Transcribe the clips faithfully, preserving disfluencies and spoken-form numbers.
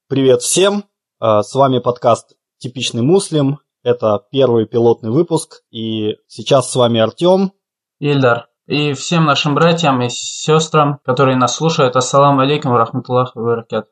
Привет всем, с вами подкаст «Типичный муслим», это первый пилотный выпуск, и сейчас с вами Артем. Ильдар. И всем нашим братьям и сестрам, которые нас слушают, ассаламу алейкум ва рахматуллахи ва баракатух.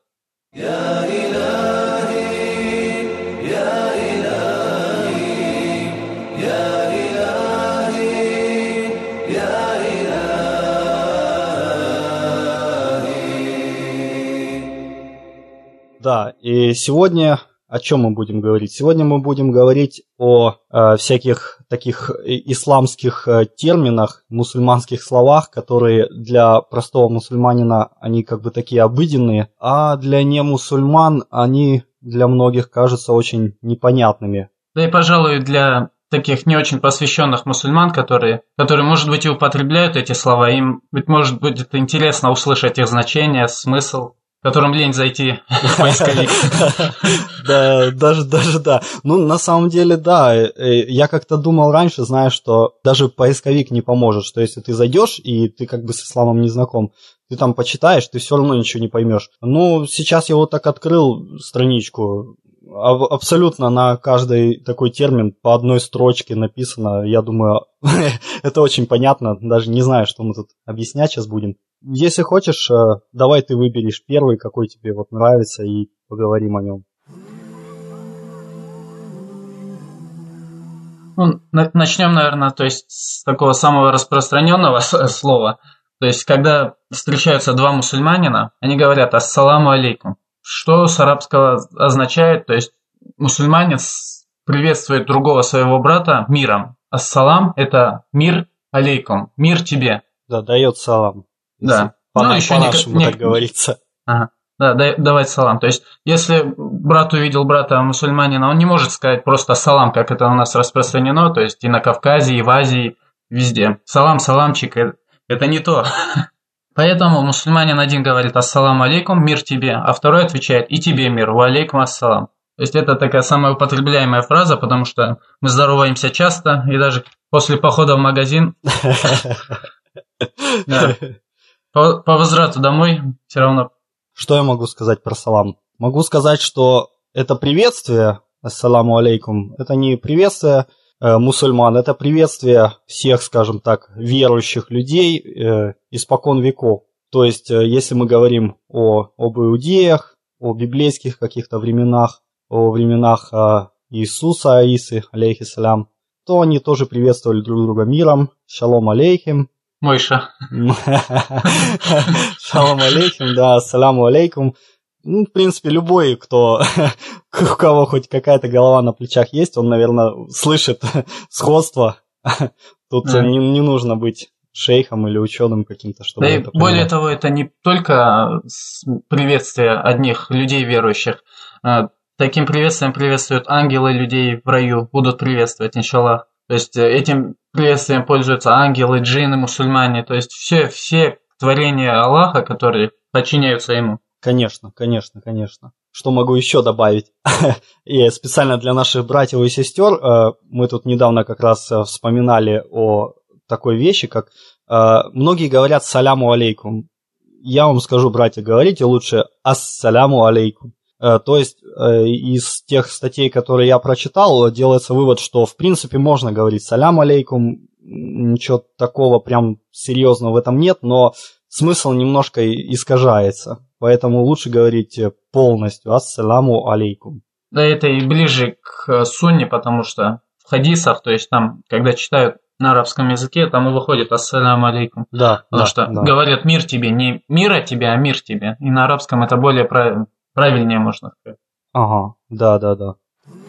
Да, и сегодня о чем мы будем говорить? Сегодня мы будем говорить о э, всяких таких исламских э, терминах, мусульманских словах, которые для простого мусульманина, они как бы такие обыденные, а для немусульман они для многих кажутся очень непонятными. Да и, пожалуй, для таких не очень посвященных мусульман, которые, которые, может быть, и употребляют эти слова, им, быть может, будет интересно услышать их значение, смысл, которым лень зайти в поисковик. Да, даже, даже да. Ну, на самом деле, да. Я как-то думал раньше, знаешь, что даже поисковик не поможет, что если ты зайдешь, и ты как бы с исламом не знаком, ты там почитаешь, ты все равно ничего не поймешь. Ну, сейчас я вот так открыл страничку, абсолютно на каждый такой термин по одной строчке написано. Я думаю, это очень понятно, даже не знаю, что мы тут объяснять сейчас будем. Если хочешь, давай ты выберешь первый, какой тебе вот нравится, и поговорим о нем. Ну, начнем, наверное, то есть с такого самого распространенного слова. То есть, когда встречаются два мусульманина, они говорят «ассаламу алейкум», что с арабского означает, то есть мусульманин приветствует другого своего брата миром. Ассалам – это мир алейкум, мир тебе. Да, дает салам. Да. По, ну, на, еще по-нашему не, так говорится. Ага. Да, да, давать салам. То есть, если брат увидел брата мусульманина, он не может сказать просто салам, как это у нас распространено, то есть и на Кавказе, и в Азии, везде. Салам, саламчик – это не то. Поэтому мусульманин один говорит ассаламу алейкум, мир тебе, а второй отвечает и тебе мир, ва алейкум ассалам. То есть это такая самая употребляемая фраза, потому что мы здороваемся часто, и даже после похода в магазин по возврату домой все равно. Что я могу сказать про салам? Могу сказать, что это приветствие, ассаламу алейкум, это не приветствие э, мусульман, это приветствие всех, скажем так, верующих людей э, испокон веков. То есть, э, если мы говорим о, об иудеях, о библейских каких-то временах, о временах э, Иисуса, Аисы, алейхиссалям, то они тоже приветствовали друг друга миром, шалом алейхим. Мойша. Шалом алейкум, да, ассаламу алейкум. Ну, в принципе, любой, кто, у кого хоть какая-то голова на плечах есть, он, наверное, слышит сходство. Тут да. не, не нужно быть шейхом или ученым каким-то, чтобы да это и более понимать. того, это не только приветствие одних людей верующих. Таким приветствием приветствуют ангелы людей в раю, будут приветствовать, иншаллах. То есть этим приветствием пользуются ангелы, джинны, мусульмане, то есть все, все творения Аллаха, которые подчиняются ему. Конечно, конечно, конечно. Что могу еще добавить? И специально для наших братьев и сестер, мы тут недавно как раз вспоминали о такой вещи, как многие говорят «саляму алейкум». Я вам скажу, братья, говорите лучше «ассаляму алейкум». То есть из тех статей, которые я прочитал, делается вывод, что в принципе можно говорить «салям алейкум», ничего такого прям серьезного в этом нет, но смысл немножко искажается, поэтому лучше говорить полностью «ассаляму алейкум». Да, это и ближе к сунне, потому что в хадисах, то есть там, когда читают на арабском языке, там и выходит «ассаляму алейкум», да, потому да, что да. говорят «мир тебе», не «мира тебе», а «мир тебе», и на арабском это более правильно. Правильнее можно сказать. Ага, да, да, да.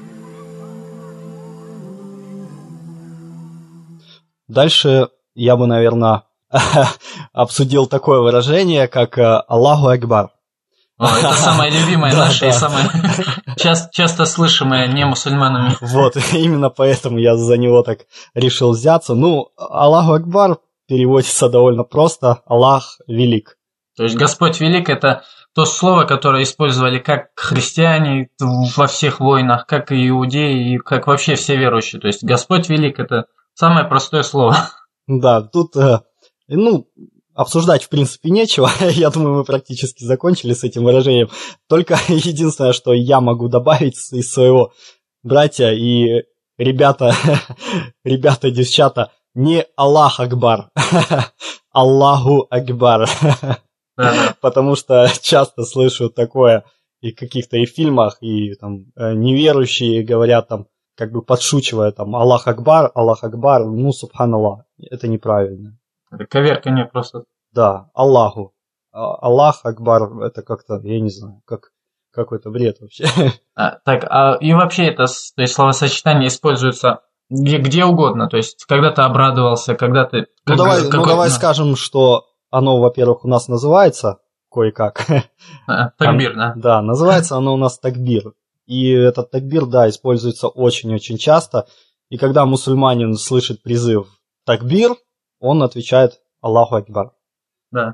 Дальше я бы, наверное, обсудил такое выражение, как «Аллаху Акбар». О, это самое любимое наше и самое часто слышимое не мусульманами. Вот, именно поэтому я за него так решил взяться. Ну, «Аллаху Акбар» переводится довольно просто «Аллах велик». То есть Господь велик – это то слово, которое использовали как христиане во всех войнах, как и иудеи, и как вообще все верующие. То есть Господь велик – это самое простое слово. Да, тут, ну, обсуждать, в принципе, нечего. Я думаю, мы практически закончили с этим выражением. Только единственное, что я могу добавить из своего братья и ребята, ребята, девчата, не Аллах Акбар, Аллаху Акбар. Потому что часто слышу такое и в каких-то и фильмах, и там неверующие говорят там, как бы подшучивая там Аллах Акбар, Аллах Акбар, ну, субханаллах, это неправильно. Это коверканье просто. Да, Аллаху. Аллах Акбар, это как-то, я не знаю, как какой-то бред вообще. А, так, а и вообще это, то есть словосочетание используется где, где угодно, то есть когда ты обрадовался, когда ты... Ну, давай, какой, ну, давай ну... скажем, что оно, во-первых, у нас называется кое-как. А, такбир, да? Да, называется оно у нас такбир. И этот такбир, да, используется очень-очень часто. И когда мусульманин слышит призыв такбир, он отвечает Аллаху Акбар. Да.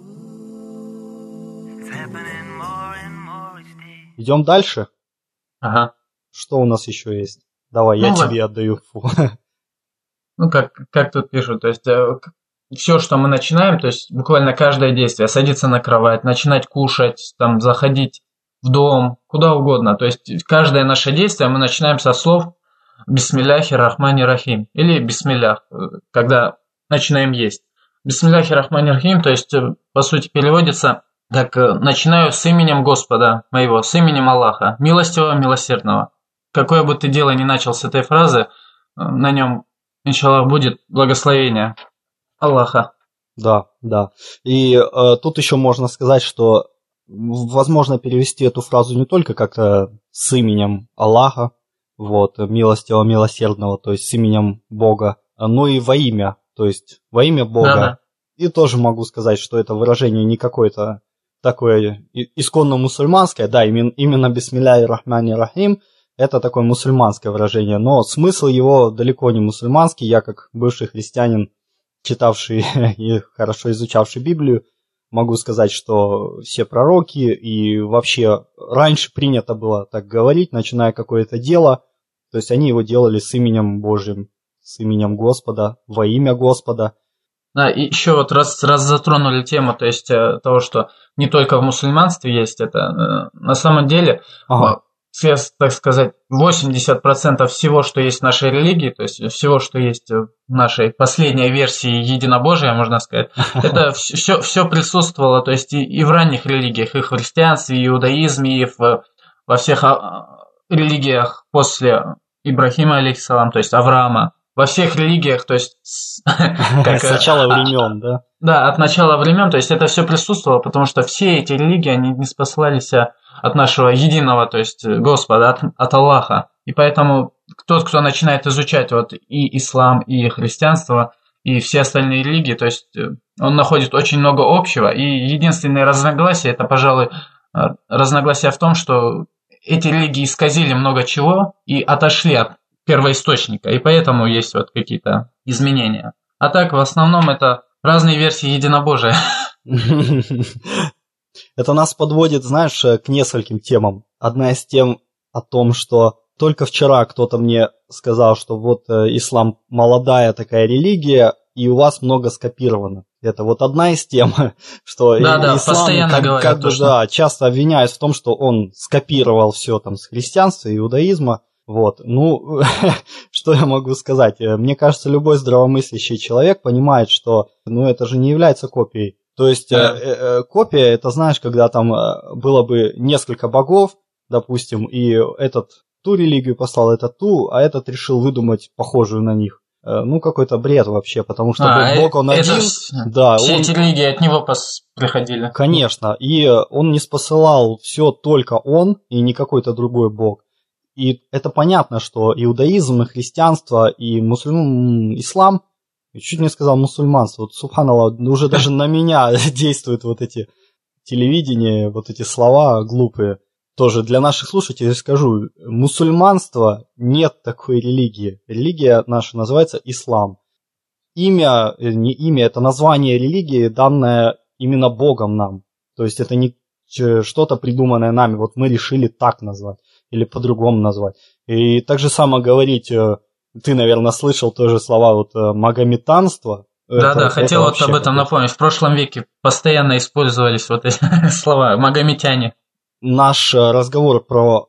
Идем дальше. Ага. Что у нас еще есть? Давай, ну, я вот. тебе отдаю. Фу. Ну, как, как тут пишут, то есть все, что мы начинаем, то есть буквально каждое действие, садиться на кровать, начинать кушать, там, заходить в дом, куда угодно. То есть каждое наше действие мы начинаем со слов «Бисмилляхи рахмани рахим» или «Бисмиллях», когда начинаем есть. «Бисмилляхи рахмани рахим», то есть, по сути, переводится как «начинаю с именем Господа моего, с именем Аллаха, милостивого, милосердного». Какое бы ты дело ни начал с этой фразы, на нем, иншаллах, будет благословение Аллаха. Да, да. И э, тут еще можно сказать, что возможно перевести эту фразу не только как-то с именем Аллаха, вот, милостивого, милосердного, то есть с именем Бога, но и во имя, то есть во имя Бога. Да-да. И тоже могу сказать, что это выражение не какое-то такое исконно мусульманское, да, именно, именно бисмилляхи рахмани рахим, это такое мусульманское выражение, но смысл его далеко не мусульманский. Я, как бывший христианин, читавший и хорошо изучавший Библию, могу сказать, что все пророки и вообще раньше принято было так говорить, начиная какое-то дело, то есть они его делали с именем Божьим, с именем Господа, во имя Господа. Да, и еще вот раз, раз затронули тему, то есть того, что не только в мусульманстве есть это, на самом деле, ага. так сказать, восемьдесят процентов всего, что есть в нашей религии, то есть всего, что есть в нашей последней версии единобожия, можно сказать, это все, все присутствовало, то есть и, и в ранних религиях, и в христианстве, и в иудаизме, и в, во всех религиях после Ибрахима, алейхиссалам, то есть Авраама. Во всех религиях, то есть... Как, с начала времен, да? Да, от начала времен, то есть это все присутствовало, потому что все эти религии, они не спасались от нашего единого, то есть Господа, от, от Аллаха. И поэтому тот, кто начинает изучать вот и ислам, и христианство, и все остальные религии, то есть он находит очень много общего. И единственное разногласие, это, пожалуй, разногласие в том, что эти религии исказили много чего и отошли от первоисточника, и поэтому есть вот какие-то изменения. А так, в основном, это разные версии единобожия. Это нас подводит, знаешь, к нескольким темам. Одна из тем о том, что только вчера кто-то мне сказал, что вот ислам молодая такая религия, и у вас много скопировано. Это вот одна из тем, что да, да, ислам, постоянно как, говорят, как бы, что... да, часто обвиняют в том, что он скопировал все там с христианства, иудаизма. Вот, ну, что я могу сказать? Мне кажется, любой здравомыслящий человек понимает, что, ну, это же не является копией. То есть, да. э, э, копия, это, знаешь, когда там было бы несколько богов, допустим, и этот ту религию послал, этот ту, а этот решил выдумать похожую на них. Э, ну, какой-то бред вообще, потому что а, Бог, он один. Да, все он... эти религии от него пос... приходили. Конечно, и он не спосылал все только он, и не какой-то другой бог. И это понятно, что иудаизм, и христианство, и мусульм... ислам, я чуть не сказал мусульманство, вот, субханаллах, уже даже на меня действуют вот эти телевидения, вот эти слова глупые. Тоже для наших слушателей скажу, мусульманство нет такой религии. Религия наша называется ислам. Имя, не имя, это название религии, данное именно Богом нам. То есть это не что-то придуманное нами, вот мы решили так назвать. Или по-другому назвать. И так же само говорить, ты, наверное, слышал тоже слова вот магометанство, Да-да, хотел вот об этом напомнить. В прошлом веке постоянно использовались вот эти слова магометяне. Наш разговор про,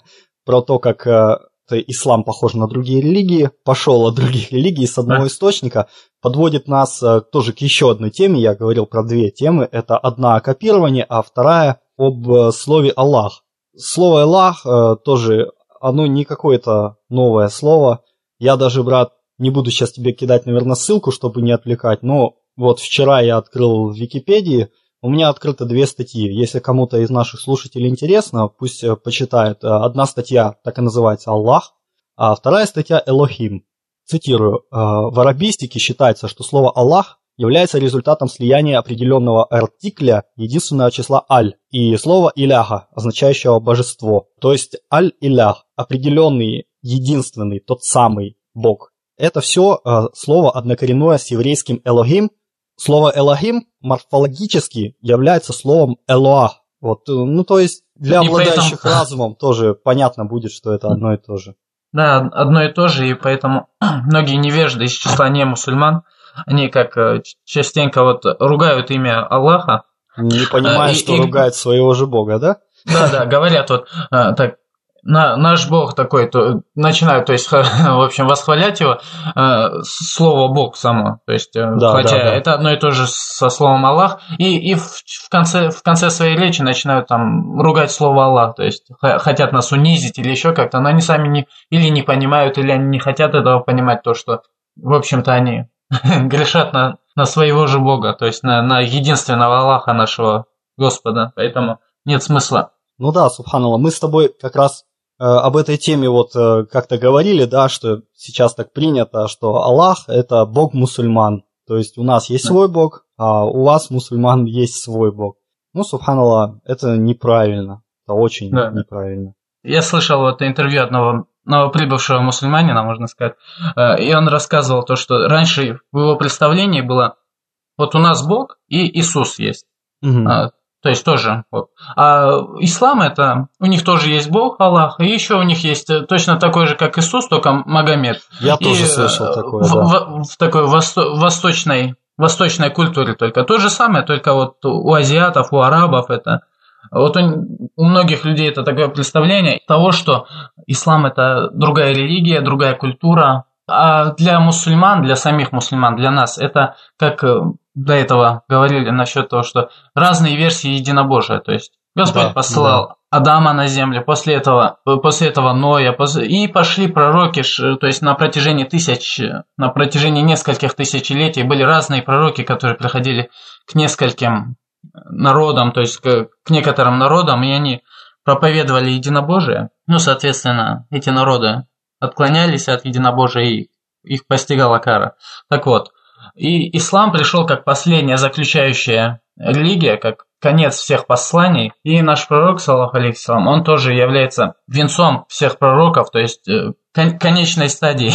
про то, как ислам похож на другие религии, пошел от других религий с одного источника, подводит нас тоже к еще одной теме. Я говорил про две темы. Это одна о копировании, а вторая об слове «Аллах». Слово «Аллах» тоже, оно не какое-то новое слово. Я даже, брат, не буду сейчас тебе кидать, наверное, ссылку, чтобы не отвлекать, но вот вчера я открыл в Википедии, у меня открыто две статьи. Если кому-то из наших слушателей интересно, пусть почитает. Одна статья так и называется «Аллах», а вторая статья «Элохим». Цитирую. В арабистике считается, что слово «Аллах» является результатом слияния определенного артикля единственного числа «аль» и слова «иляха», означающего «божество». То есть «аль-илях» – определенный, единственный, тот самый Бог. Это все э, слово однокоренное с еврейским «элохим». Слово «элохим» морфологически является словом «элоах». Вот, ну, то есть для и обладающих поэтому... разумом тоже понятно будет, что это одно и то же. Да, одно и то же, и поэтому многие невежды из числа не мусульман, они как частенько вот ругают имя Аллаха. Не понимая, и, что и... ругают своего же Бога, да? Да-да, говорят вот так. На, наш Бог такой, то начинают, то есть, в общем, восхвалять его, э, слово Бог само, то есть, да, хотя да, да. это одно и то же со словом Аллах, и, и в, в, конце, в конце своей речи начинают там ругать слово Аллах, то есть, хотят нас унизить или еще как-то, но они сами не, или не понимают, или они не хотят этого понимать, то, что, в общем-то, они грешат на, на своего же Бога, то есть, на, на единственного Аллаха нашего Господа, поэтому нет смысла. Ну да, субханаллах, мы с тобой как раз об этой теме вот как-то говорили, да, что сейчас так принято, что Аллах – это Бог мусульман. То есть у нас есть свой Бог, а у вас, мусульман, есть свой Бог. Ну, субханаллах, это неправильно, это очень да. неправильно. Я слышал вот интервью одного новоприбывшего мусульманина, можно сказать, и он рассказывал то, что раньше в его представлении было, вот у нас Бог и Иисус есть. Угу. То есть тоже. Вот. А ислам это, у них тоже есть Бог, Аллах, и еще у них есть точно такой же, как Иисус, только Магомед. Я и тоже слышал такое, в, да. В, в такой восто, восточной, восточной культуре только. То же самое, только вот у азиатов, у арабов это. Вот у, у многих людей это такое представление того, что ислам это другая религия, другая культура. А для мусульман, для самих мусульман, для нас это как... До этого говорили насчет того, что разные версии единобожия. То есть Господь да, послал да. Адама на землю, после этого, после этого Ноя, и пошли пророки, то есть на протяжении тысяч, на протяжении нескольких тысячелетий были разные пророки, которые приходили к нескольким народам, то есть к, к некоторым народам, и они проповедовали единобожие. Ну, соответственно, эти народы отклонялись от единобожия, и их постигала кара. Так вот, и ислам пришел как последняя заключающая религия, как конец всех посланий. И наш пророк, саллаллаху алейхи вассалям, он тоже является венцом всех пророков, то есть кон- конечной стадией.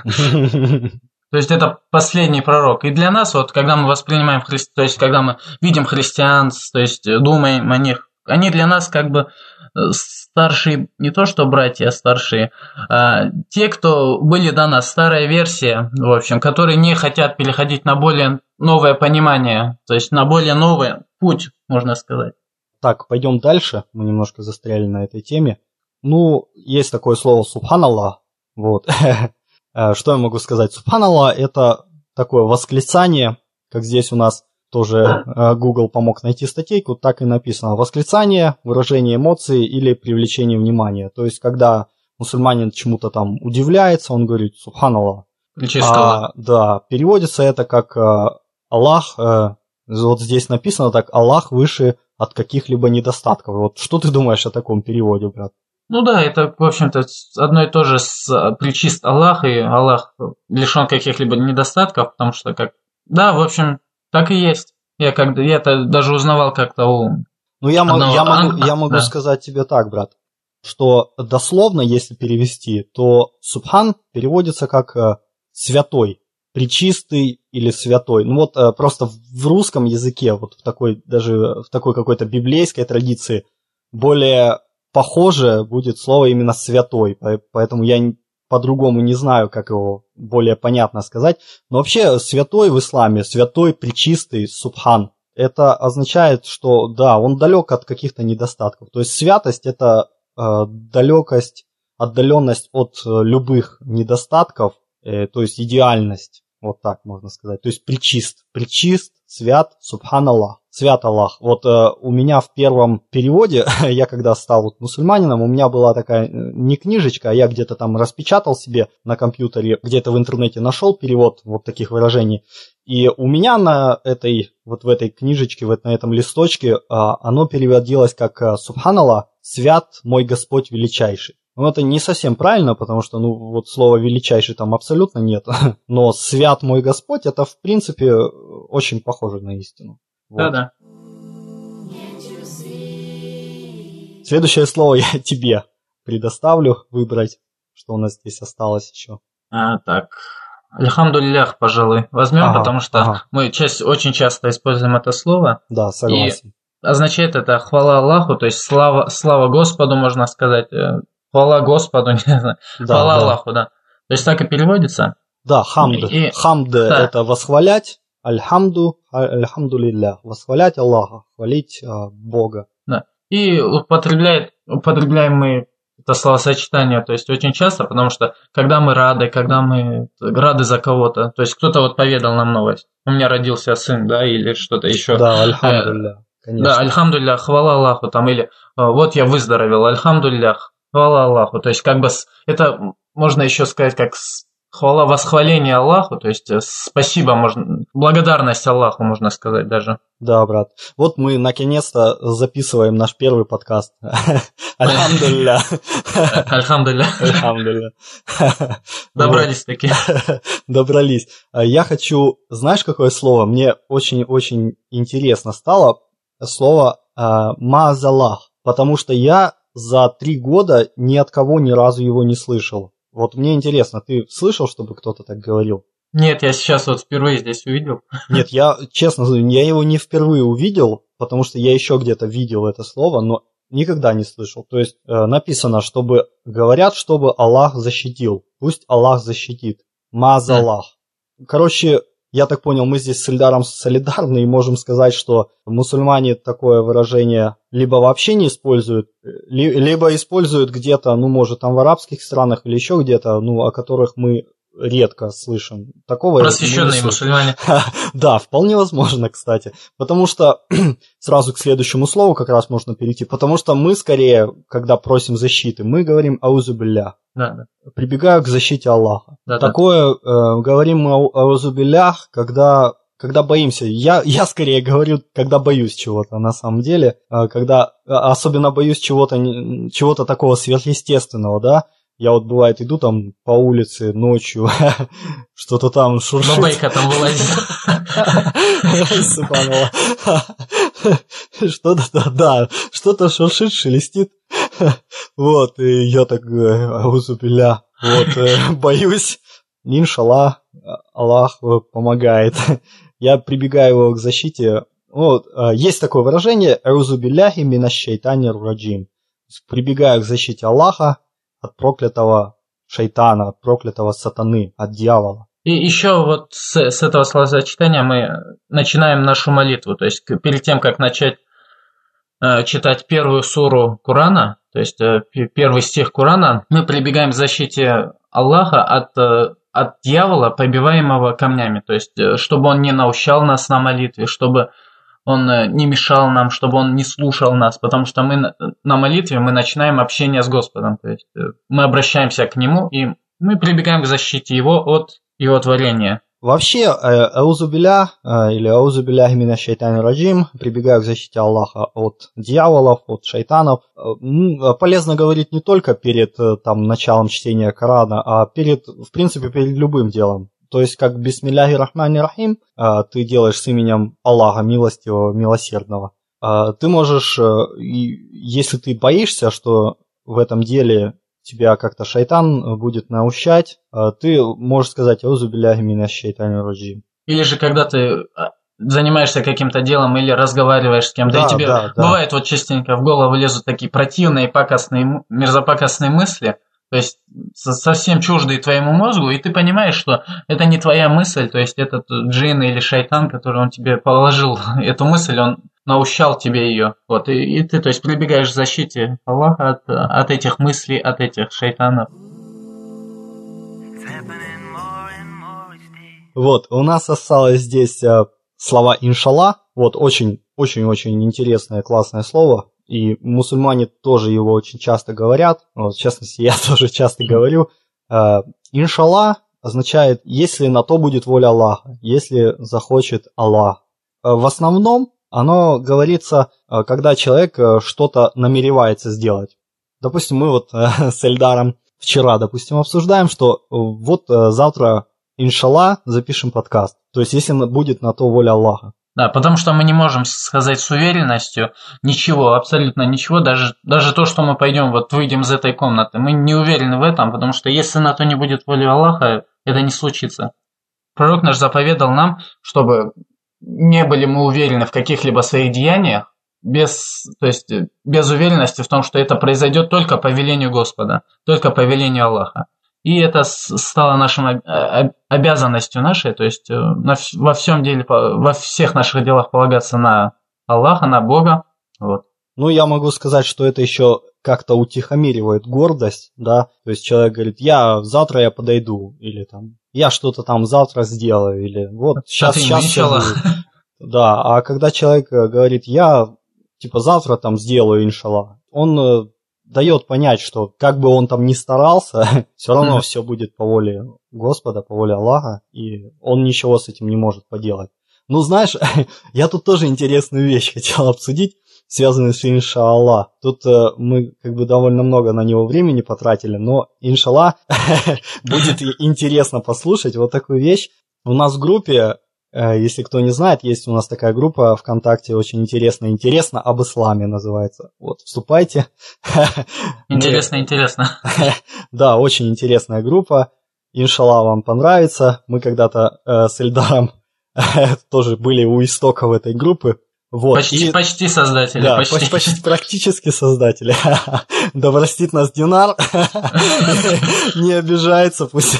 То есть это последний пророк. И для нас, вот, когда мы воспринимаем христиан, то есть когда мы видим христиан, то есть думаем о них, они для нас как бы старшие, не то что братья, а старшие, а те, кто были до нас, старая версия, в общем, которые не хотят переходить на более новое понимание, то есть на более новый путь, можно сказать. Так, пойдем дальше, мы немножко застряли на этой теме. Ну, есть такое слово «субханаллах», вот. Что я могу сказать? Субханаллах – это такое восклицание, как здесь у нас тоже Google помог найти статейку, так и написано. Восклицание, выражение эмоций или привлечение внимания. То есть, когда мусульманин чему-то там удивляется, он говорит «Субханаллах». А, да, переводится это как «Аллах», вот здесь написано так «Аллах выше от каких-либо недостатков». Вот что ты думаешь о таком переводе, брат? Ну да, это, в общем-то, одно и то же с «пречист Аллах», и Аллах лишен каких-либо недостатков, потому что как... Да, в общем... Так и есть. Я когда я это даже узнавал как-то у. Ну я могу, я могу, я могу да. сказать тебе так, брат, что дословно, если перевести, то субхан переводится как э, святой, пречистый или святой. Ну вот э, просто в русском языке, вот в такой даже в такой какой-то библейской традиции более похоже будет слово именно святой, поэтому я по-другому не знаю, как его более понятно сказать. Но вообще святой в исламе, святой, пречистый, субхан, это означает, что да, он далек от каких-то недостатков. То есть святость – это э, далекость, отдаленность от э, любых недостатков, э, то есть идеальность. Вот так можно сказать. То есть пречист. Пречист, свят, субхан Аллах. Свят Аллах. Вот э, у меня в первом переводе, я когда стал вот мусульманином, у меня была такая не книжечка, а я где-то там распечатал себе на компьютере, где-то в интернете нашел перевод вот таких выражений. И у меня на этой, вот в этой книжечке, вот на этом листочке, э, оно переводилось как «Субхан Аллах, свят мой Господь величайший». Ну, это не совсем правильно, потому что, ну, вот слова «величайший» там абсолютно нет. Но «свят мой Господь» это, в принципе, очень похоже на истину. Вот. Да-да. Следующее слово я тебе предоставлю выбрать, что у нас здесь осталось еще. А, так, альхамдулиллях, пожалуй, возьмем, ага, потому что ага. мы часть, очень часто используем это слово. Да, согласен. И означает это хвала Аллаху, то есть слава, слава Господу, можно сказать. Хвала Господу, не знаю, да, хвала да. Аллаху, да. То есть так и переводится. Да, хамд. И, хамд да. это восхвалять, альхамду, альхамдулиллях, восхвалять Аллаха, хвалить а, Бога. Да. И употребляет, употребляем мы это словосочетание, то есть очень часто, потому что когда мы рады, когда мы рады за кого-то, то есть кто-то вот поведал нам новость, у меня родился сын, да, или что-то еще. Да, альхамдулиллях, конечно. Да, альхамдулиллях, хвала Аллаху, там, или вот я выздоровел, альхамдулиллях. Хвала Аллаху, то есть как бы это можно еще сказать как хвала, восхваление Аллаху, то есть спасибо, можно, благодарность Аллаху, можно сказать даже. Да, брат. Вот мы наконец-то записываем наш первый подкаст. Альхамдулилля. Альхамдулилля. Альхамдулилля. Добрались таки. Добрались. Я хочу, знаешь, какое слово? Мне очень-очень интересно стало слово «маазаллах», потому что я за три года ни от кого ни разу его не слышал. Вот мне интересно, ты слышал, чтобы кто-то так говорил? Нет, я сейчас вот впервые здесь увидел. Нет, я, честно говорю, я его не впервые увидел, потому что я еще где-то видел это слово, но никогда не слышал. То есть э, написано, чтобы, говорят, чтобы Аллах защитил. Пусть Аллах защитит. Маазаллах. Mm. Короче, я так понял, мы здесь с Ильдаром солидарны и можем сказать, что мусульмане такое выражение либо вообще не используют, либо используют где-то, ну, может, там в арабских странах или еще где-то, ну, о которых мы редко слышим. Такого просвещенные мусульмане. Да, вполне возможно, кстати. Потому что сразу к следующему слову как раз можно перейти. Потому что мы скорее, когда просим защиты, мы говорим аузу биллях. Да, да. Прибегаю к защите Аллаха. Да, Такое э, говорим мы аузу биллях, когда, когда боимся. Я, я скорее говорю, когда боюсь чего-то на самом деле. Когда особенно боюсь чего-то, чего-то такого сверхъестественного, да. Я вот, бывает, иду там по улице ночью, что-то там шуршит. Бабайка там вылазит. Что-то, да, что-то шуршит, шелестит. Вот, и я так, аузубилля, вот, боюсь. Иншаллах, Аллах помогает. Я прибегаю к защите. Вот, есть такое выражение, аузубилляхи минаш шайтанир раджим. Прибегаю к защите Аллаха от проклятого шайтана, от проклятого сатаны, от дьявола. И еще вот с, с этого словосочетания мы начинаем нашу молитву. То есть перед тем, как начать э, читать первую суру Корана, то есть э, первый стих Корана, мы прибегаем к защите Аллаха от, э, от дьявола, побиваемого камнями. То есть э, чтобы он не наущал нас на молитве, чтобы он не мешал нам, чтобы он не слушал нас, потому что мы на молитве мы начинаем общение с Господом, то есть мы обращаемся к Нему, и мы прибегаем к защите Его от Его творения. Вообще, аузубилля или аузубилляхи минаш шайтанир раджим, прибегаю к защите Аллаха от дьяволов, от шайтанов. Полезно говорить не только перед там, началом чтения Корана, а перед, в принципе, перед любым делом. То есть, как бисмилляхи рахмани рахим, ты делаешь с именем Аллаха, милостивого, милосердного. Ты можешь, если ты боишься, что в этом деле тебя как-то шайтан будет наущать, ты можешь сказать аузу билляхи минаш шайтанир раджим. Или же, когда ты занимаешься каким-то делом или разговариваешь с кем-то, да, и тебе да, бывает да. вот частенько в голову лезут такие противные, пакостные, мерзопакостные мысли. то есть совсем чуждые твоему мозгу, и ты понимаешь, что это не твоя мысль, то есть этот джин или шайтан, который он тебе положил эту мысль, он наущал тебе ее. Вот, и, и ты, то есть, прибегаешь к защите Аллаха от, от этих мыслей, от этих шайтанов. Вот, у нас осталось здесь э, слова иншалла. Вот, очень-очень-очень интересное, классное слово. И мусульмане тоже его очень часто говорят. Вот, в частности, я тоже часто говорю. Э, иншалла означает, если на то будет воля Аллаха, если захочет Аллах. Э, в основном оно говорится, э, когда человек э, что-то намеревается сделать. Допустим, мы вот э, с Эльдаром вчера, допустим, обсуждаем, что э, вот э, завтра, иншалла, запишем подкаст. То есть, если будет на то воля Аллаха. Да, потому что мы не можем сказать с уверенностью ничего, абсолютно ничего, даже, даже то, что мы пойдем, вот выйдем из этой комнаты, мы не уверены в этом, потому что если на то не будет воли Аллаха, это не случится. Пророк наш заповедал нам, чтобы не были мы уверены в каких-либо своих деяниях, без, то есть, без уверенности в том, что это произойдет только по велению Господа, только по велению Аллаха. И это стало нашей обязанностью нашей, то есть во всем деле, во всех наших делах полагаться на Аллаха, на Бога. Вот. Ну, я могу сказать, что это еще как-то утихомиривает гордость, да, то есть человек говорит, я завтра я подойду, или там, я что-то там завтра сделаю, или вот сейчас, сейчас я буду. Да, а когда человек говорит, я типа завтра там сделаю, иншалла, он дает понять, что как бы он там ни старался, все равно mm-hmm. все будет по воле Господа, по воле Аллаха, и он ничего с этим не может поделать. Ну, знаешь, я тут тоже интересную вещь хотел обсудить, связанную с иншалла. Тут э, мы как бы довольно много на него времени потратили, но иншалла будет интересно послушать вот такую вещь. У нас в группе, если кто не знает, есть у нас такая группа ВКонтакте, очень интересная, интересно об исламе называется. Вот, вступайте. Интересно, интересно. Да, очень интересная группа. Иншалла, вам понравится. Мы когда-то э, с Эльдаром тоже были у истоков этой группы. Вот. Почти, и, почти создатели. Да, почти. почти практически создатели. Да простит нас Динар. Не обижается пусть.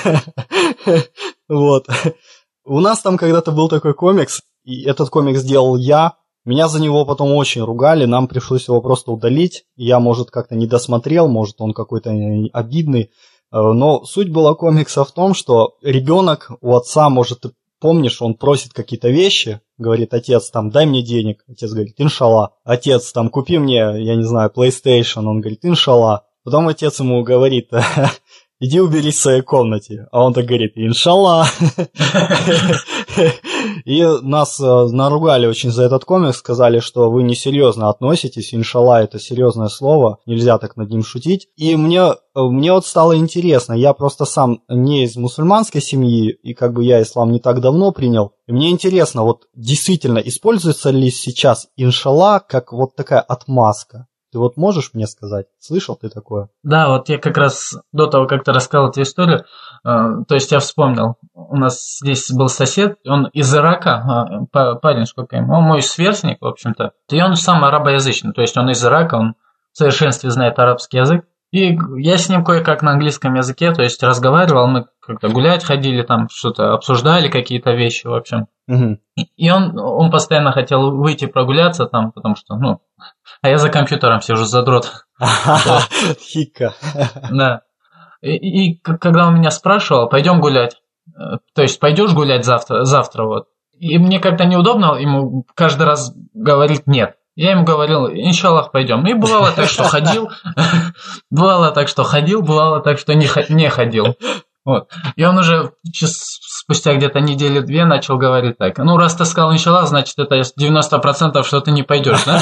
Вот. У нас там когда-то был такой комикс, и этот комикс делал я. Меня за него потом очень ругали, нам пришлось его просто удалить. Я, может, как-то не досмотрел, может, он какой-то обидный. Но суть была комикса в том, что ребенок у отца, может, ты помнишь, он просит какие-то вещи, говорит, отец, там, дай мне денег. Отец говорит, иншалла. Отец, там, купи мне, я не знаю, PlayStation. Он говорит, иншалла. Потом отец ему говорит, иди уберись в своей комнате. А он так говорит, иншалла. И нас наругали очень за этот комикс, сказали, что вы несерьезно относитесь, иншалла это серьезное слово, нельзя так над ним шутить. И мне, мне вот стало интересно, я просто сам не из мусульманской семьи, и как бы я ислам не так давно принял. И мне интересно, вот действительно используется ли сейчас иншалла как вот такая отмазка? Ты вот можешь мне сказать, слышал ты такое? Да, вот я как раз до того, как ты рассказал эту историю, э, то есть я вспомнил, у нас здесь был сосед, он из Ирака, э, парень, сколько ему, он мой сверстник, в общем-то, и он сам арабоязычный, то есть он из Ирака, он в совершенстве знает арабский язык, и я с ним кое-как на английском языке, то есть разговаривал, мы как-то гулять ходили, там что-то обсуждали, какие-то вещи, в общем. Угу. И он, он постоянно хотел выйти прогуляться там, потому что, ну, а я за компьютером сижу, задрот. Хика. Да. И, и когда он меня спрашивал, пойдем гулять, то есть пойдешь гулять завтра, завтра вот. И мне как-то неудобно ему каждый раз говорить нет. Я ему говорил, иншаллах, пойдем. И бывало так, что ходил, бывало так, что ходил, бывало так, что не ходил. Вот. И он уже спустя где-то недели две начал говорить так. Ну, раз ты сказал иншаллах, значит, это девяносто процентов, что ты не пойдешь, да?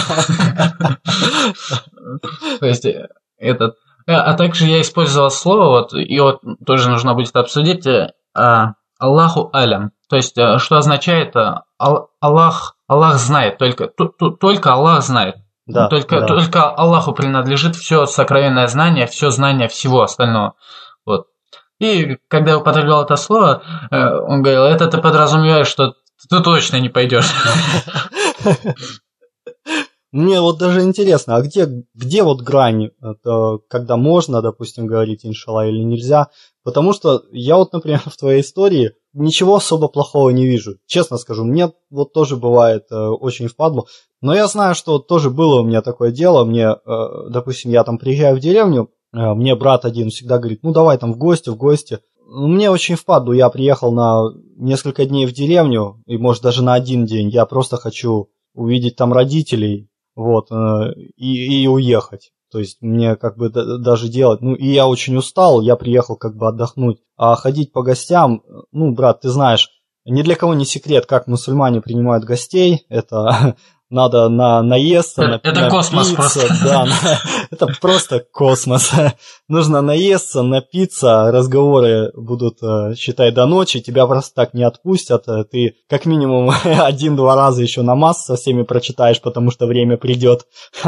То есть, этот... А также я использовал слово, вот, и вот тоже нужно будет обсудить, Аллаху алям. То есть, что означает Аллах, Аллах знает, только, только Аллах знает. Да, только, да. только Аллаху принадлежит все сокровенное знание, все знание всего остального. Вот. И когда я употреблял это слово, он говорил, это ты подразумеваешь, что ты точно не пойдешь. Мне вот даже интересно, а где, где вот грань, это, когда можно, допустим, говорить иншалла или нельзя? Потому что я вот, например, в твоей истории ничего особо плохого не вижу. Честно скажу, мне вот тоже бывает э, очень впадло. Но я знаю, что тоже было у меня такое дело. Мне, э, допустим, я там приезжаю в деревню, э, мне брат один всегда говорит, ну давай там в гости, в гости. Мне очень впадло, я приехал на несколько дней в деревню, и может даже на один день. Я просто хочу увидеть там родителей, вот, э, и, и уехать. То есть мне как бы даже делать, ну и я очень устал, я приехал как бы отдохнуть, а ходить по гостям, ну, брат, ты знаешь, ни для кого не секрет, как мусульмане принимают гостей, это надо на наесться, на, это напиться, космос просто. Да, на, это просто космос. Нужно наесться, напиться, разговоры будут, считай, до ночи, тебя просто так не отпустят, ты как минимум один-два раза еще намаз со всеми прочитаешь, потому что время придет.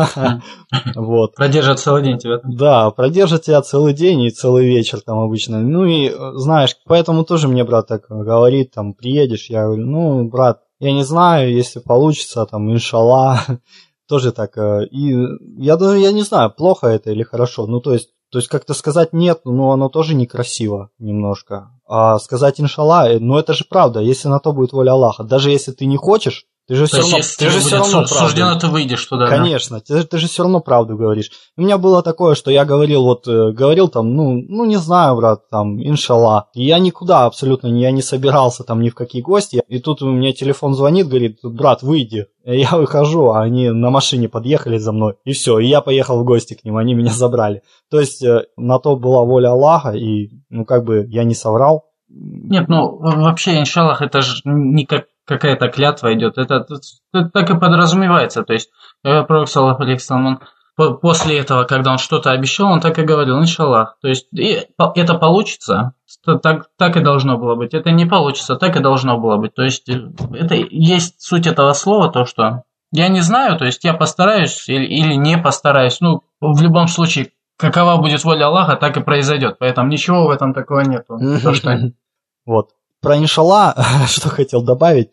Вот. Продержат целый день тебя. Да, продержат тебя целый день и целый вечер там обычно. Ну и, знаешь, поэтому тоже мне брат так говорит, там, приедешь, я говорю, ну, брат, я не знаю, если получится, там, иншалла, тоже так. И я даже, я не знаю, плохо это или хорошо. Ну, то есть, то есть как-то сказать нет, ну, оно тоже некрасиво немножко. А сказать иншалла, ну, это же правда, если на то будет воля Аллаха. Даже если ты не хочешь, ты же все равно, ты же все равно суждено, ты выйдешь туда. Конечно, да? ты, ты же все равно правду говоришь. У меня было такое, что я говорил, вот, говорил там, ну, ну не знаю, брат, там, иншалла. И я никуда абсолютно, я не собирался там ни в какие гости. И тут у меня телефон звонит, говорит, брат, выйди. И я выхожу, а они на машине подъехали за мной. И все, и я поехал в гости к ним, они меня забрали. То есть на то была воля Аллаха, и, ну, как бы я не соврал. Нет, ну, вообще, иншаллах, это же не как какая-то клятва идет, это, это так и подразумевается, то есть пророк, саллаллаху алейхи ва саллям, он после этого, когда он что-то обещал, он так и говорил, иншаллах, то есть и это получится, так, так и должно было быть, это не получится, так и должно было быть, то есть это есть суть этого слова, то, что я не знаю, то есть я постараюсь или, или не постараюсь, ну, в любом случае, какова будет воля Аллаха, так и произойдет, поэтому ничего в этом такого нету. То, что... Вот. Про иншалла, что хотел добавить,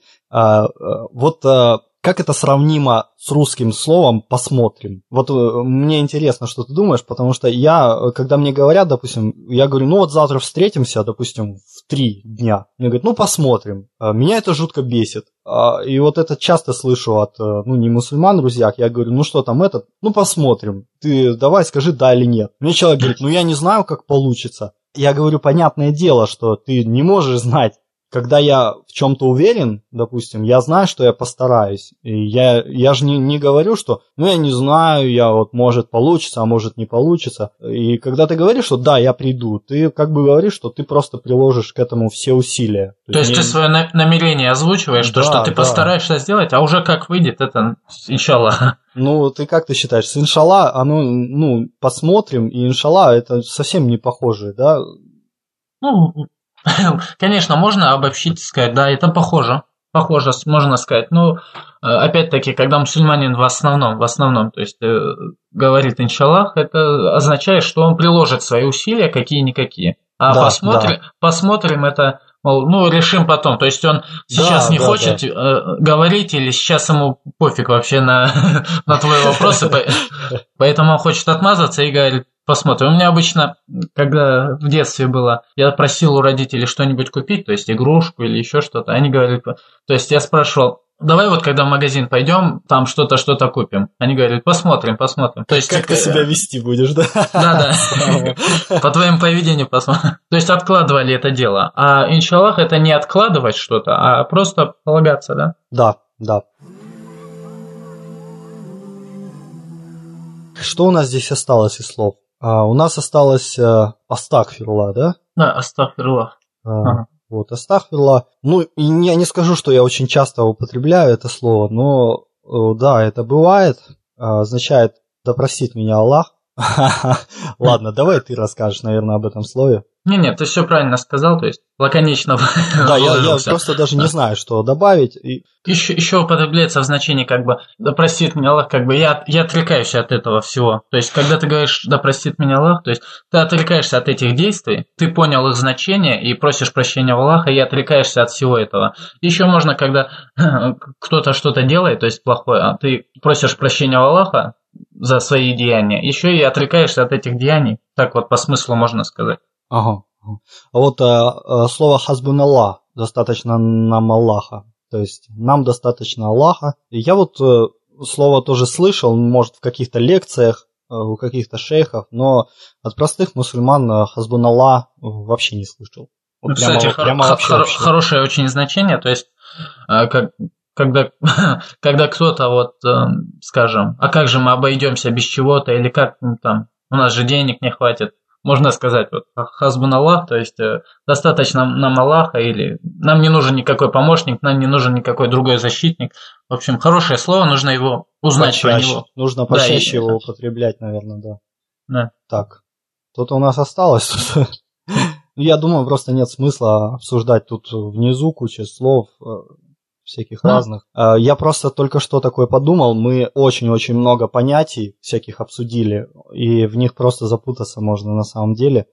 вот как это сравнимо с русским словом «посмотрим». Вот мне интересно, что ты думаешь, потому что я, когда мне говорят, допустим, я говорю, ну вот завтра встретимся, допустим, в три дня. Мне говорят, ну посмотрим. Меня это жутко бесит. И вот это часто слышу от, ну, не мусульман, друзьях, я говорю, ну что там этот, ну посмотрим. Ты давай скажи да или нет. Мне человек говорит, ну я не знаю, как получится. Я говорю, понятное дело, что ты не можешь знать. Когда я в чем-то уверен, допустим, я знаю, что я постараюсь. И я, я же не, не говорю, что, ну, я не знаю, я вот, может, получится, а может, не получится. И когда ты говоришь, что да, я приду, ты как бы говоришь, что ты просто приложишь к этому все усилия. То, То есть, есть ты свое намерение озвучиваешь, да, то, что ты да. постараешься сделать, а уже как выйдет, это иншалла. Ну, ты как ты считаешь, с иншалла, оно, ну, посмотрим, и иншалла, это совсем не похоже, да? Ну... Конечно, можно обобщить и сказать, да, это похоже, похоже, можно сказать. Но опять-таки, когда мусульманин в основном, в основном, то есть говорит иншаллах, это означает, что он приложит свои усилия, какие-никакие. А да, посмотрим, да. посмотрим это, мол, ну, решим потом. То есть он сейчас да, не да, хочет да. говорить, или сейчас ему пофиг вообще на, на твои вопросы, поэтому он хочет отмазаться и говорит, посмотрим. У меня обычно, когда в детстве было, я просил у родителей что-нибудь купить, то есть игрушку или еще что-то, они говорили, то есть я спрашивал, давай вот когда в магазин пойдем, там что-то, что-то купим. Они говорят, посмотрим, посмотрим. То есть, как ты себя вести будешь, да? Да, да. По твоему поведению посмотрим. То есть откладывали это дело. А иншаллах это не откладывать что-то, а просто полагаться, да? Да, да. Что у нас здесь осталось из слов? А, у нас осталось а, астагфируллах, да? Да, астагфируллах. А, ага. Вот, астагфируллах. Ну, и я не скажу, что я очень часто употребляю это слово, но да, это бывает. Означает «да простит меня Аллах». Ладно, давай ты расскажешь, наверное, об этом слове. Не-не, ты все правильно сказал, то есть лаконично. Да, я, я просто даже не знаю, что добавить. И... Еще, еще употребляется в значении как бы «да простит меня Аллах», как бы я, я отрекаюсь от этого всего. То есть, когда ты говоришь «да простит меня Аллах», то есть ты отрекаешься от этих действий, ты понял их значение и просишь прощения у Аллаха, и отрекаешься от всего этого. Еще можно, когда кто-то что-то делает, то есть плохое, а ты просишь прощения у Аллаха за свои деяния, еще и отрекаешься от этих деяний. Так вот по смыслу можно сказать. Ага. А вот а, слово «хасбуналлах» достаточно нам Аллаха. То есть нам достаточно Аллаха. И я вот э, слово тоже слышал, может, в каких-то лекциях, э, у каких-то шейхов, но от простых мусульман э, «хасбуналлах» вообще не слышал. Вот ну, прямо, кстати, прямо хор- вообще, хор- вообще. хорошее очень значение. То есть, э, как, когда, когда кто-то, вот, э, скажем, а как же мы обойдемся без чего-то, или как ну, там, у нас же денег не хватит. Можно сказать, вот, хасбун Аллах, то есть э, достаточно нам Аллаха, или нам не нужен никакой помощник, нам не нужен никакой другой защитник. В общем, хорошее слово, нужно его узнать почаще. про него. Нужно почаще да, его и... употреблять, наверное, да. да. Так, тут у нас осталось. Я думаю, просто нет смысла обсуждать тут внизу куча слов всяких Ну. разных. Я просто только что такое подумал. Мы очень-очень много понятий всяких обсудили, и в них просто запутаться можно на самом деле.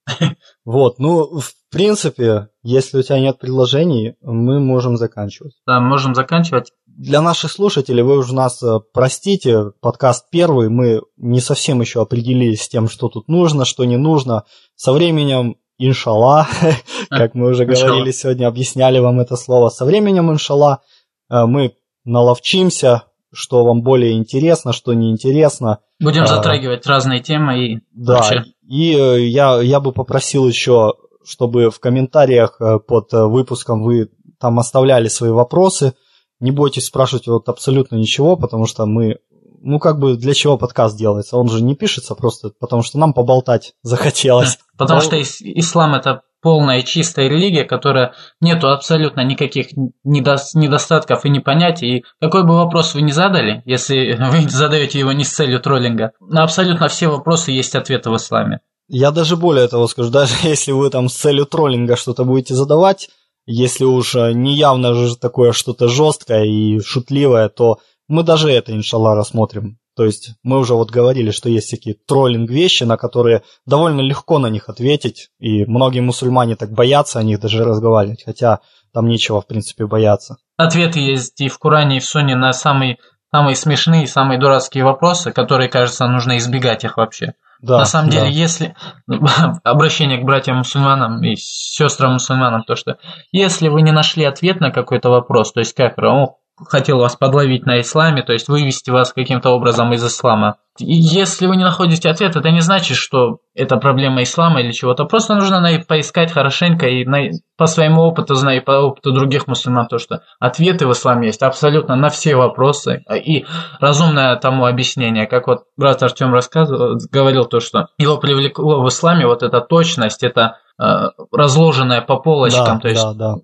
Вот, ну, в принципе, если у тебя нет предложений, мы можем заканчивать. Да, можем заканчивать. Для наших слушателей вы уже нас простите, подкаст первый, мы не совсем еще определились с тем, что тут нужно, что не нужно. Со временем, иншаллах, как мы уже говорили сегодня, объясняли вам это слово, со временем, иншаллах, мы наловчимся, что вам более интересно, что неинтересно. Будем затрагивать а, разные темы и да, вообще. И я, я бы попросил еще, чтобы в комментариях под выпуском вы там оставляли свои вопросы. Не бойтесь спрашивать вот абсолютно ничего, потому что мы, ну как бы для чего подкаст делается? Он же не пишется просто, потому что нам поболтать захотелось. Потому Но... что ислам это полная чистая религия, которая нету абсолютно никаких недостатков и непонятий. И какой бы вопрос вы ни задали, если вы задаете его не с целью троллинга, на абсолютно все вопросы есть ответы в исламе. Я даже более того скажу, даже если вы там с целью троллинга что-то будете задавать, если уж не явно же такое что-то жесткое и шутливое, то мы даже это, иншаллах, рассмотрим. То есть мы уже вот говорили, что есть всякие троллинг-вещи, на которые довольно легко на них ответить, и многие мусульмане так боятся о них даже разговаривать, хотя там нечего, в принципе, бояться. Ответы есть и в Коране, и в Сунне на самые, самые смешные, самые дурацкие вопросы, которые, кажется, нужно избегать их вообще. Да, на самом да. деле, если обращение к братьям-мусульманам и сестрам-мусульманам, то что если вы не нашли ответ на какой-то вопрос, то есть как хотел вас подловить на исламе, то есть вывести вас каким-то образом из ислама. И если вы не находите ответ, это не значит, что это проблема ислама или чего-то. Просто нужно поискать хорошенько и по своему опыту, знаю, и по опыту других мусульман, то, что ответы в исламе есть абсолютно на все вопросы и разумное тому объяснение. Как вот брат Артем рассказывал, говорил то, что его привлекло в исламе вот эта точность, это э, разложенная по полочкам. Да, то есть, да, да.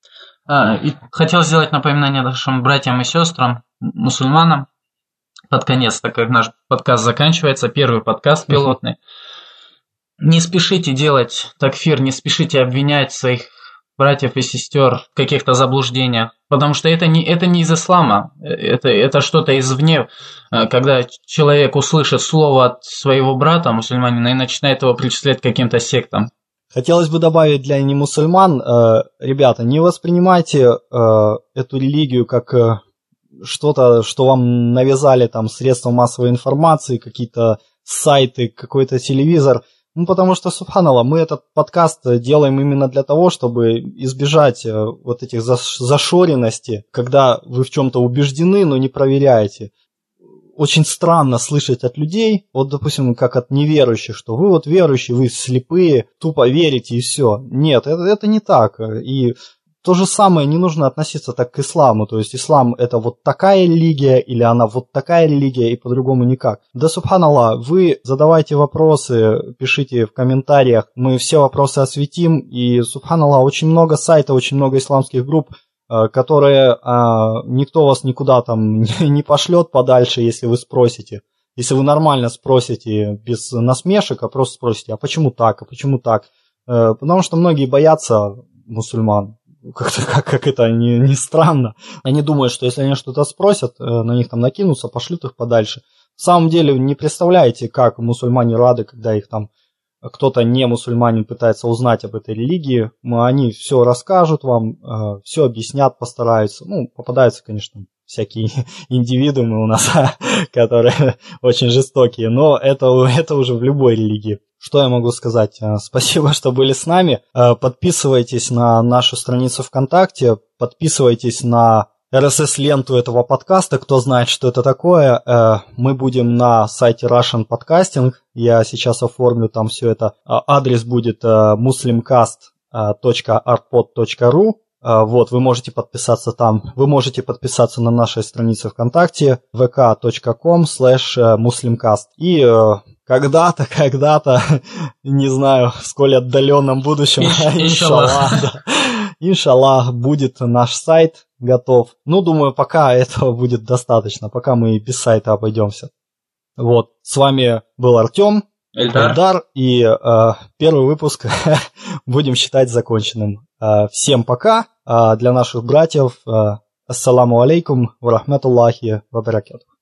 А, и хотел сделать напоминание нашим братьям и сестрам, мусульманам, под конец, так как наш подкаст заканчивается, первый подкаст пилотный. Не спешите делать такфир, не спешите обвинять своих братьев и сестер в каких-то заблуждениях, потому что это не, это не из ислама, это, это что-то извне, когда человек услышит слово от своего брата, мусульманина, и начинает его причислять к каким-то сектам. Хотелось бы добавить для немусульман, э, ребята, не воспринимайте э, эту религию как э, что-то, что вам навязали там средства массовой информации, какие-то сайты, какой-то телевизор. Ну, потому что, субханаллах, мы этот подкаст делаем именно для того, чтобы избежать э, вот этих зашоренностей, когда вы в чем-то убеждены, но не проверяете. Очень странно слышать от людей, вот, допустим, как от неверующих, что вы вот верующие, вы слепые, тупо верите и все. Нет, это, это не так. И то же самое, не нужно относиться так к исламу. То есть ислам это вот такая религия, или она вот такая религия, и по-другому никак. Да, субханаллах, вы задавайте вопросы, пишите в комментариях, мы все вопросы осветим. И, субханаллах, очень много сайтов, очень много исламских групп, которые а, никто вас никуда там не пошлет подальше, если вы спросите. Если вы нормально спросите, без насмешек, а просто спросите, а почему так, а почему так? Потому что многие боятся мусульман. Как-то, как, как это не, не странно. Они думают, что если они что-то спросят, на них там накинутся, пошлют их подальше. В самом деле не представляете, как мусульмане рады, когда их там кто-то не мусульманин пытается узнать об этой религии. Они все расскажут вам, все объяснят, постараются. Ну, попадаются, конечно, всякие индивидуумы у нас, которые очень жестокие, но это, это уже в любой религии. Что я могу сказать? Спасибо, что были с нами. Подписывайтесь на нашу страницу ВКонтакте, подписывайтесь на эр эс эс-ленту этого подкаста, кто знает, что это такое. Мы будем на сайте Russian Podcasting, я сейчас оформлю там все это. Адрес будет muslimcast точка artpod точка ру. Вот, вы можете подписаться там. Вы можете подписаться на нашей странице ВКонтакте ви ка точка ком слэш muslimcast. И когда-то, когда-то, не знаю, в сколь отдаленном будущем, иншаллах, да, иншаллах, будет наш сайт готов. Ну, думаю, пока этого будет достаточно, пока мы без сайта обойдемся. Вот, с вами был Артем, Эльдар, Эльдар и э, первый выпуск будем считать законченным. Э, всем пока. Э, для наших братьев, э, ассаламу алейкум ва рахматуллахи ва баракатух.